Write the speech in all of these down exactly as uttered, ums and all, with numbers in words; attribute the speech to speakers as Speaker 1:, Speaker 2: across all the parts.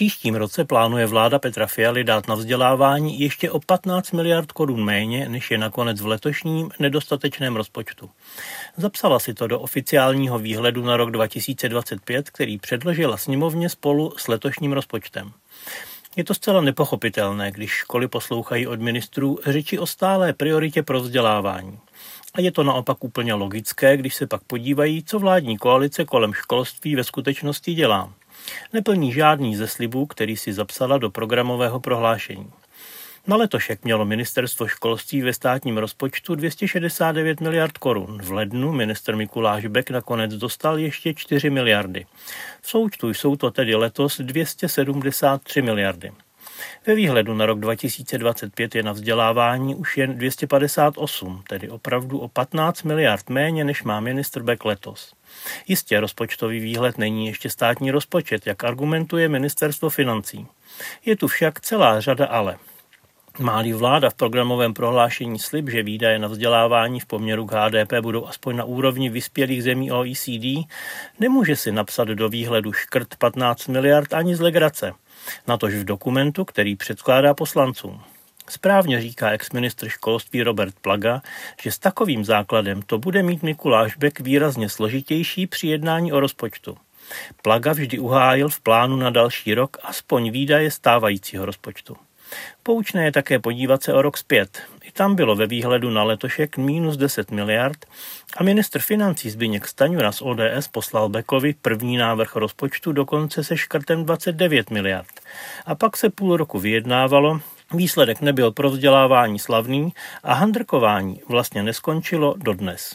Speaker 1: příštím roce plánuje vláda Petra Fialy dát na vzdělávání ještě o patnáct miliard korun méně, než je nakonec v letošním nedostatečném rozpočtu. Zapsala si to do oficiálního výhledu na rok dva tisíce dvacet pět, který předložila sněmovně spolu s letošním rozpočtem. Je to zcela nepochopitelné, když školy poslouchají od ministrů řeči o stálé prioritě pro vzdělávání. A je to naopak úplně logické, když se pak podívají, co vládní koalice kolem školství ve skutečnosti dělá. Neplní žádný ze slibů, který si zapsala do programového prohlášení. Na letošek mělo ministerstvo školství ve státním rozpočtu dvě stě šedesát devět miliard korun. V lednu ministr Mikuláš Bek nakonec dostal ještě čtyři miliardy. V součtu jsou to tedy letos dvě stě sedmdesát tři miliardy. Ve výhledu na rok dva tisíce dvacet pět je na vzdělávání už jen dvě stě padesát osm, tedy opravdu o patnáct miliard méně, než má ministr Bek letos. Jistě rozpočtový výhled není ještě státní rozpočet, jak argumentuje ministerstvo financí. Je tu však celá řada ale. Má-li vláda v programovém prohlášení slib, že výdaje na vzdělávání v poměru k H D P budou aspoň na úrovni vyspělých zemí O E C D, nemůže si napsat do výhledu škrt patnáct miliard ani z legrace, natož v dokumentu, který předkládá poslancům. Správně říká exministr školství Robert Plaga, že s takovým základem to bude mít Mikuláš Bek výrazně složitější při jednání o rozpočtu. Plaga vždy uhájil v plánu na další rok aspoň výdaje stávajícího rozpočtu. Poučné je také podívat se o rok zpět. I tam bylo ve výhledu na letošek minus deset miliard a ministr financí Zbyněk Stanjura z O D S poslal Bekovi první návrh rozpočtu dokonce se škrtem dvacet devět miliard. A pak se půl roku vyjednávalo, výsledek nebyl pro vzdělávání slavný a handrkování vlastně neskončilo dodnes.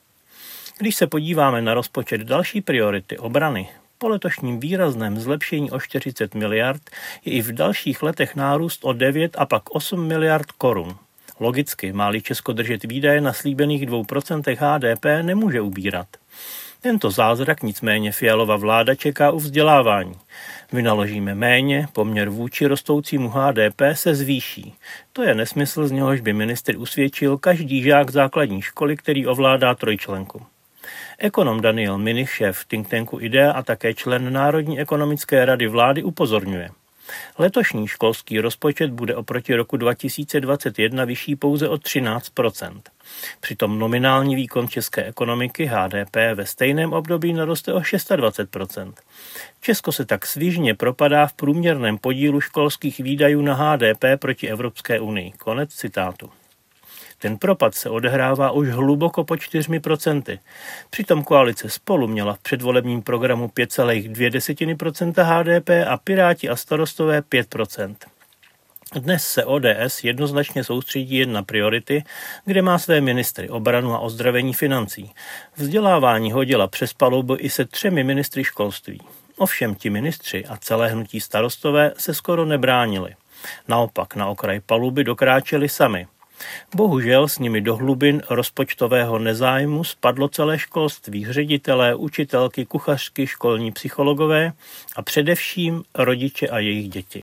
Speaker 1: Když se podíváme na rozpočet další priority obrany, po letošním výrazném zlepšení o čtyřicet miliard je i v dalších letech nárůst o devět a pak osm miliard korun. Logicky, má-li Česko držet výdaje na slíbených dvou procentech H D P, nemůže ubírat. Tento zázrak nicméně Fialova vláda čeká u vzdělávání. Vynaložíme méně, poměr vůči rostoucímu H D P se zvýší. To je nesmysl, z něhož by ministr usvědčil každý žák základní školy, který ovládá trojčlenku. Ekonom Daniel Münih, šéf think tanku IDEA a také člen Národní ekonomické rady vlády upozorňuje. Letošní školský rozpočet bude oproti roku dva tisíce dvacet jedna vyšší pouze o třináct procent. Přitom nominální výkon české ekonomiky H D P ve stejném období naroste o dvacet šest procent. Česko se tak svižně propadá v průměrném podílu školských výdajů na H D P proti Evropské unii. Konec citátu. Ten propad se odehrává už hluboko pod čtyřmi procenty. Přitom koalice Spolu měla v předvolebním programu pět celá dvě procenta H D P a Piráti a Starostové pět procent. Dnes se O D S jednoznačně soustředí jen na priority, kde má své ministry obranu a ozdravení financí. Vzdělávání hodila přes palubu i se třemi ministry školství. Ovšem ti ministři a celé hnutí Starostové se skoro nebránili. Naopak na okraj paluby dokráčeli sami. Bohužel s nimi do hlubin rozpočtového nezájmu spadlo celé školství, ředitelé, učitelky, kuchařky, školní psychologové a především rodiče a jejich děti.